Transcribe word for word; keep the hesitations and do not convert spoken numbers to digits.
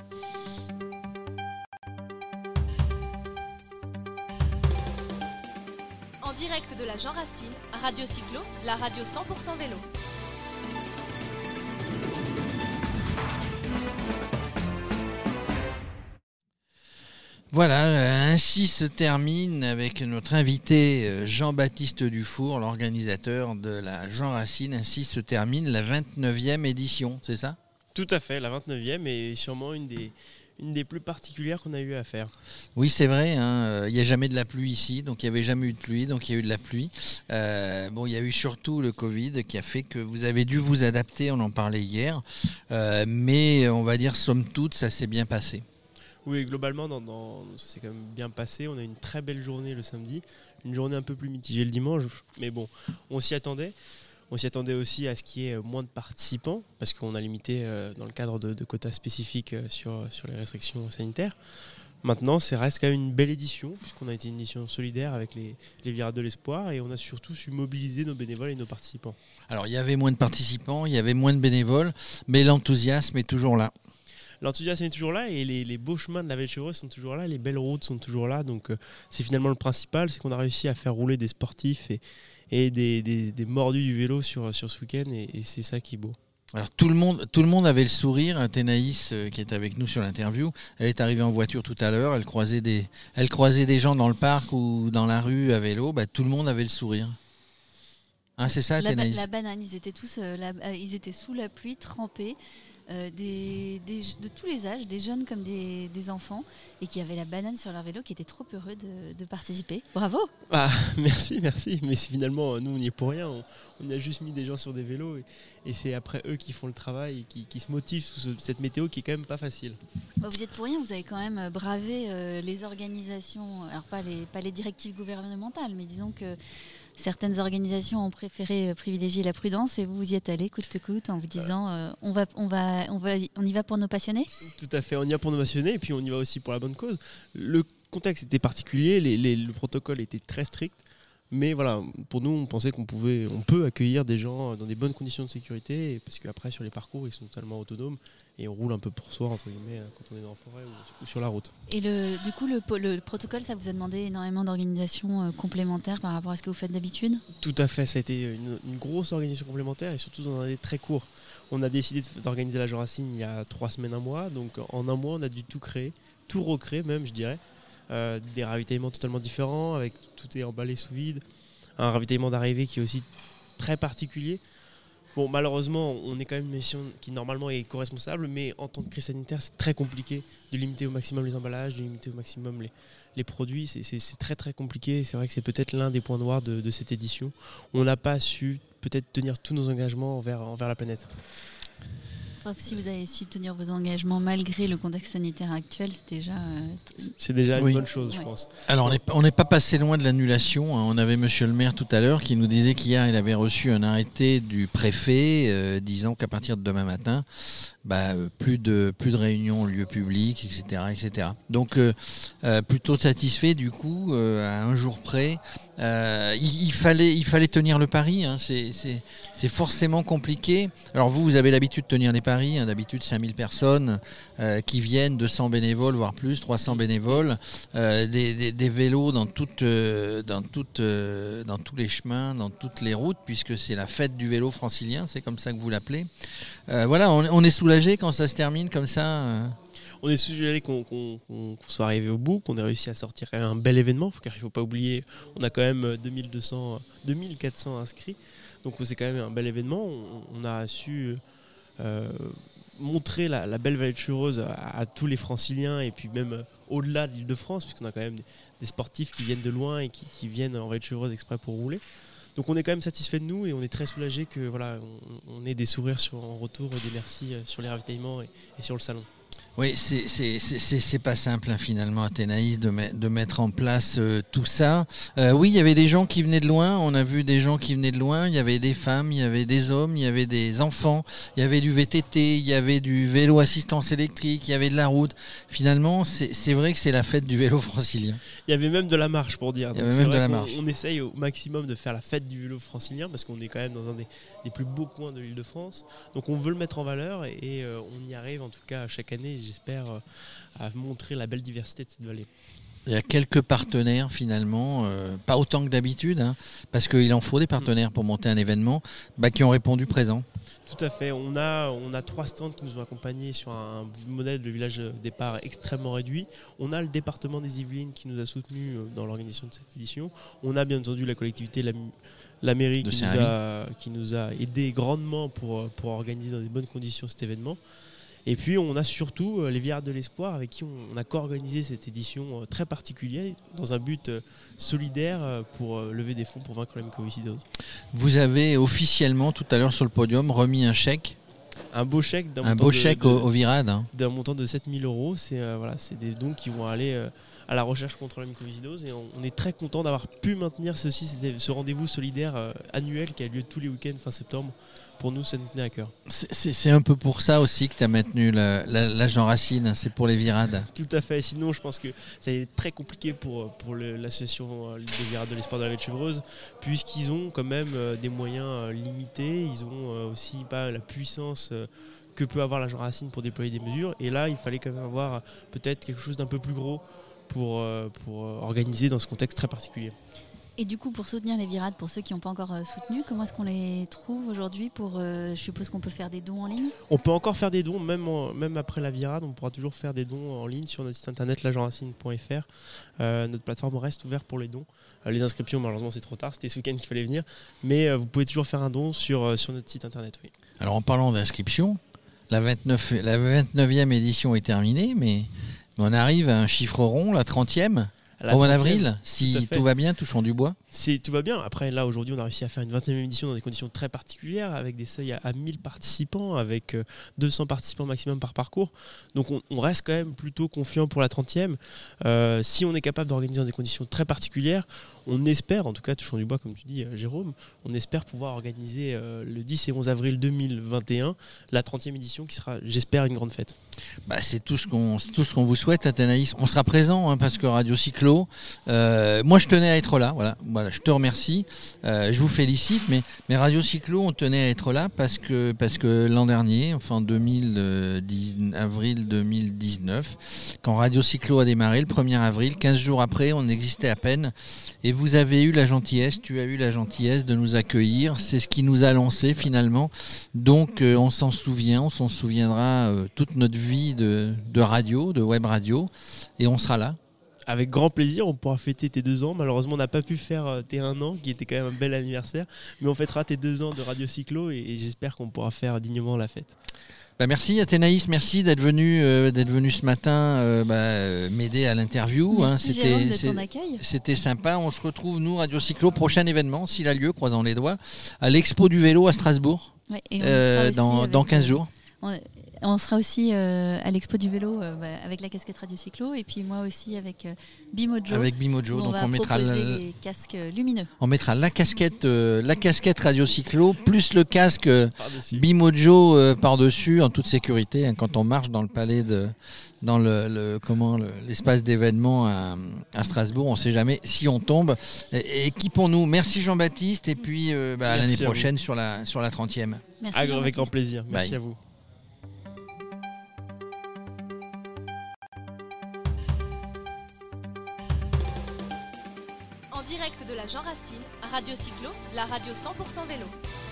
En direct de la Jean Racine, Radio Cyclo, la radio cent pour cent vélo. Voilà, ainsi se termine avec notre invité Jean-Baptiste Dufour, l'organisateur de la Jean Racine, ainsi se termine la vingt-neuvième édition, c'est ça ? Tout à fait, la vingt-neuvième est sûrement une des, une des plus particulières qu'on a eu à faire. Oui, c'est vrai, hein, il n'y a jamais de la pluie ici, donc il n'y avait jamais eu de pluie, donc il y a eu de la pluie. Euh, bon, il y a eu surtout le Covid qui a fait que vous avez dû vous adapter, on en parlait hier, euh, mais on va dire somme toute, ça s'est bien passé. Oui, globalement, dans, dans, ça s'est quand même bien passé. On a eu une très belle journée le samedi, une journée un peu plus mitigée le dimanche, mais bon, on s'y attendait. On s'y attendait aussi à ce qu'il y ait moins de participants, parce qu'on a limité euh, dans le cadre de, de quotas spécifiques euh, sur, sur les restrictions sanitaires. Maintenant, ça reste quand même une belle édition, puisqu'on a été une édition solidaire avec les, les Virades de l'Espoir, et on a surtout su mobiliser nos bénévoles et nos participants. Alors, il y avait moins de participants, il y avait moins de bénévoles, mais l'enthousiasme est toujours là. L'enthousiasme est toujours là et les, les beaux chemins de la Vallée-de-Chevreuse sont toujours là, les belles routes sont toujours là. Donc euh, c'est finalement le principal, c'est qu'on a réussi à faire rouler des sportifs et, et des, des, des mordus du vélo sur, sur ce week-end et, et c'est ça qui est beau. Alors tout le monde, tout le monde avait le sourire. Athénaïs, euh, qui est avec nous sur l'interview, elle est arrivée en voiture tout à l'heure, elle croisait des, elle croisait des gens dans le parc ou dans la rue à vélo, bah, tout le monde avait le sourire. Hein, c'est ça, Athénaïs ? La, la banane, ils étaient tous, euh, la, euh, ils étaient sous la pluie, trempés. Euh, des, des, de tous les âges, des jeunes comme des, des enfants, et qui avaient la banane sur leur vélo, qui étaient trop heureux de, de participer. Bravo. Ah, merci, merci. Mais finalement, nous, on n'y est pour rien. On, on a juste mis des gens sur des vélos, et, et c'est après eux qui font le travail, et qui, qui se motivent sous ce, cette météo qui est quand même pas facile. Bah, vous êtes pour rien, vous avez quand même bravé euh, les organisations, alors pas les, pas les directives gouvernementales, mais disons que certaines organisations ont préféré privilégier la prudence et vous vous y êtes allé coûte que coûte en vous disant euh, on, va, on, va, on, va, on y va pour nos passionnés. Tout à fait, on y va pour nos passionnés et puis on y va aussi pour la bonne cause. Le contexte était particulier, les, les, le protocole était très strict, mais voilà, pour nous on pensait qu'on pouvait, on peut accueillir des gens dans des bonnes conditions de sécurité parce qu'après sur les parcours ils sont totalement autonomes et on roule un peu pour soi entre guillemets quand on est dans la forêt ou, ou sur la route. Et le, du coup le, le, le protocole, ça vous a demandé énormément d'organisations euh, complémentaires par rapport à ce que vous faites d'habitude ? Tout à fait, ça a été une, une grosse organisation complémentaire et surtout dans un délai très court. On a décidé d'organiser la Jean Racine il y a trois semaines, un mois, donc en un mois on a dû tout créer, tout recréer même je dirais, euh, des ravitaillements totalement différents, avec tout est emballé sous vide, un ravitaillement d'arrivée qui est aussi très particulier. Bon, malheureusement, on est quand même une mission qui normalement est co-responsable, mais en temps de crise sanitaire, c'est très compliqué de limiter au maximum les emballages, de limiter au maximum les, les produits. C'est, c'est, c'est très très compliqué. C'est vrai que c'est peut-être l'un des points noirs de, de cette édition. On n'a pas su peut-être tenir tous nos engagements envers, envers la planète. Enfin, si vous avez su tenir vos engagements malgré le contexte sanitaire actuel, c'est déjà... Euh, t- c'est déjà oui. une bonne chose, ouais. je pense. Alors on n'est on n'est pas passé loin de l'annulation. On avait monsieur le maire tout à l'heure qui nous disait qu'hier il avait reçu un arrêté du préfet euh, disant qu'à partir de demain matin, bah, plus de plus de réunions en lieu public, et cetera, et cetera. Donc euh, euh, plutôt satisfait du coup euh, à un jour près. Euh, il, il fallait il fallait tenir le pari. Hein. C'est, c'est c'est forcément compliqué. Alors vous vous avez l'habitude de tenir les paris. Hein. D'habitude cinq mille personnes euh, qui viennent, deux cents bénévoles voire plus, trois cents bénévoles, euh, des, des, des vélos dans toutes euh, dans toutes euh, dans tous les chemins, dans toutes les routes, puisque c'est la fête du vélo francilien. C'est comme ça que vous l'appelez. Euh, voilà, on, on est soulagé quand ça se termine comme ça. Euh. On est suggéré qu'on, qu'on, qu'on soit arrivé au bout, qu'on ait réussi à sortir quand même un bel événement, car il ne faut pas oublier, on a quand même deux mille deux cents, deux mille quatre cents inscrits, donc c'est quand même un bel événement. On, on a su euh, montrer la, la belle Vallée-de-Chevreuse à, à tous les franciliens et puis même euh, au-delà de l'Île-de-France, puisqu'on a quand même des, des sportifs qui viennent de loin et qui, qui viennent en Vallée-de-Chevreuse exprès pour rouler. Donc on est quand même satisfait de nous et on est très soulagé que voilà, on, on ait des sourires sur, en retour et des merci sur les ravitaillements et, et sur le salon. Oui, c'est, c'est, c'est, c'est, c'est pas simple hein, finalement, Athénaïs, de, me, de mettre en place euh, tout ça. Euh, oui, il y avait des gens qui venaient de loin, on a vu des gens qui venaient de loin, il y avait des femmes, il y avait des hommes, il y avait des enfants, il y avait du V T T, il y avait du vélo assistance électrique, il y avait de la route. Finalement, c'est, c'est vrai que c'est la fête du vélo francilien. Il y avait même de la marche pour dire. Il y Donc avait c'est même vrai de la qu'on, marche. On essaye au maximum de faire la fête du vélo francilien parce qu'on est quand même dans un des, des plus beaux coins de l'Île-de-France. Donc on veut le mettre en valeur et, et euh, on y arrive en tout cas chaque année. j'espère euh, à montrer la belle diversité de cette vallée. Il y a quelques partenaires finalement, euh, pas autant que d'habitude, hein, parce qu'il en faut des partenaires pour monter un événement, bah, qui ont répondu présent. Tout à fait. On a, on a trois stands qui nous ont accompagnés sur un modèle de village départ extrêmement réduit. On a le département des Yvelines qui nous a soutenus dans l'organisation de cette édition. On a bien entendu la collectivité, la, la mairie qui nous, a, qui nous a aidé grandement pour, pour organiser dans des bonnes conditions cet événement. Et puis on a surtout les Virades de l'Espoir avec qui on a co-organisé cette édition très particulière dans un but solidaire pour lever des fonds pour vaincre la mucoviscidose. Vous avez officiellement tout à l'heure sur le podium remis un chèque. Un beau chèque d'un un montant, beau de, chèque de, aux, aux Virades. Hein. D'un montant de sept mille euros. C'est, euh, voilà, c'est des dons qui vont aller euh, à la recherche contre la mucoviscidose. Et on, on est très content d'avoir pu maintenir ceci, ce rendez-vous solidaire euh, annuel qui a lieu tous les week-ends fin septembre. Pour nous, ça nous tenait à cœur. C'est, c'est, c'est un peu pour ça aussi que tu as maintenu la, la, la Jean Racine, c'est pour les Virades. Tout à fait. Sinon, je pense que ça est très compliqué pour, pour le, l'association des Virades de l'Espoir de la Vallée de Chevreuse, puisqu'ils ont quand même euh, des moyens euh, limités. Ils ont euh, aussi pas la puissance euh, que peut avoir la Jean Racine pour déployer des mesures. Et là, il fallait quand même avoir peut-être quelque chose d'un peu plus gros pour, euh, pour euh, organiser dans ce contexte très particulier. Et du coup, pour soutenir les Virades, pour ceux qui n'ont pas encore euh, soutenu, comment est-ce qu'on les trouve aujourd'hui pour, euh, je suppose qu'on peut faire des dons en ligne ? On peut encore faire des dons, même, en, même après la Virade, on pourra toujours faire des dons en ligne sur notre site internet la jean racine point f r. Euh, notre plateforme reste ouverte pour les dons. Euh, les inscriptions, malheureusement, c'est trop tard, c'était ce week-end qu'il fallait venir. Mais euh, vous pouvez toujours faire un don sur, euh, sur notre site internet. Oui. Alors en parlant d'inscription, la, vingt-neuf, la vingt-neuvième édition est terminée, mais on arrive à un chiffre rond, la trentième. Au mois d'avril, si tout, tout va bien, touchons du bois. C'est, tout va bien. Après, là, aujourd'hui, on a réussi à faire une vingt-neuvième édition dans des conditions très particulières, avec des seuils à, à mille participants, avec euh, deux cents participants maximum par parcours. Donc, on, on reste quand même plutôt confiant pour la trentième. Euh, si on est capable d'organiser dans des conditions très particulières, on espère, en tout cas, touchons du bois, comme tu dis, euh, Jérôme, on espère pouvoir organiser euh, le dix et onze avril deux mille vingt et un la trentième édition qui sera, j'espère, une grande fête. Bah, c'est tout ce qu'on, c'est tout ce qu'on vous souhaite, Athénaïs. On sera présent hein, parce que Radio Cyclo, euh, moi je tenais à être là. Voilà, voilà je te remercie, euh, je vous félicite, mais, mais Radio Cyclo, on tenait à être là parce que, parce que l'an dernier, enfin deux mille dix, avril deux mille dix-neuf, quand Radio Cyclo a démarré le premier avril, quinze jours après, on existait à peine. Et vous avez eu la gentillesse, tu as eu la gentillesse de nous accueillir. C'est ce qui nous a lancé finalement. Donc euh, on s'en souvient, on s'en souviendra euh, toute notre vie de, de radio, de web radio. Et on sera là. Avec grand plaisir, on pourra fêter tes deux ans. Malheureusement, on n'a pas pu faire tes un an, qui était quand même un bel anniversaire. Mais on fêtera tes deux ans de Radio Cyclo et, et j'espère qu'on pourra faire dignement la fête. Bah merci Athénaïs, merci d'être venu, euh, d'être venu ce matin euh, bah, euh, m'aider à l'interview. Merci hein. C'était, Jérôme de c'est, ton accueil. C'était sympa. On se retrouve, nous, Radio Cyclo, prochain événement, s'il a lieu, croisons les doigts, à l'Expo du vélo à Strasbourg, ouais, et on euh, dans, dans quinze jours. On, on sera aussi euh, à l'Expo du vélo euh, bah, avec la casquette Radio Cyclo et puis moi aussi avec euh, Bimojo. Avec Bimojo, on donc va on mettra le, les casques lumineux. On mettra la casquette, euh, la casquette Radio Cyclo plus le casque euh, Bimojo euh, par-dessus en toute sécurité hein, quand on marche dans le palais de, dans le, le comment le, l'espace d'événements à, à Strasbourg. On ne sait jamais si on tombe. Et, équipons-nous. Merci Jean-Baptiste et puis euh, bah, l'année prochaine sur la sur la trentième. Merci avec grand plaisir. Merci Bye. à vous. En direct de la Jean Racine, Radio Cyclo, la radio cent pour cent vélo.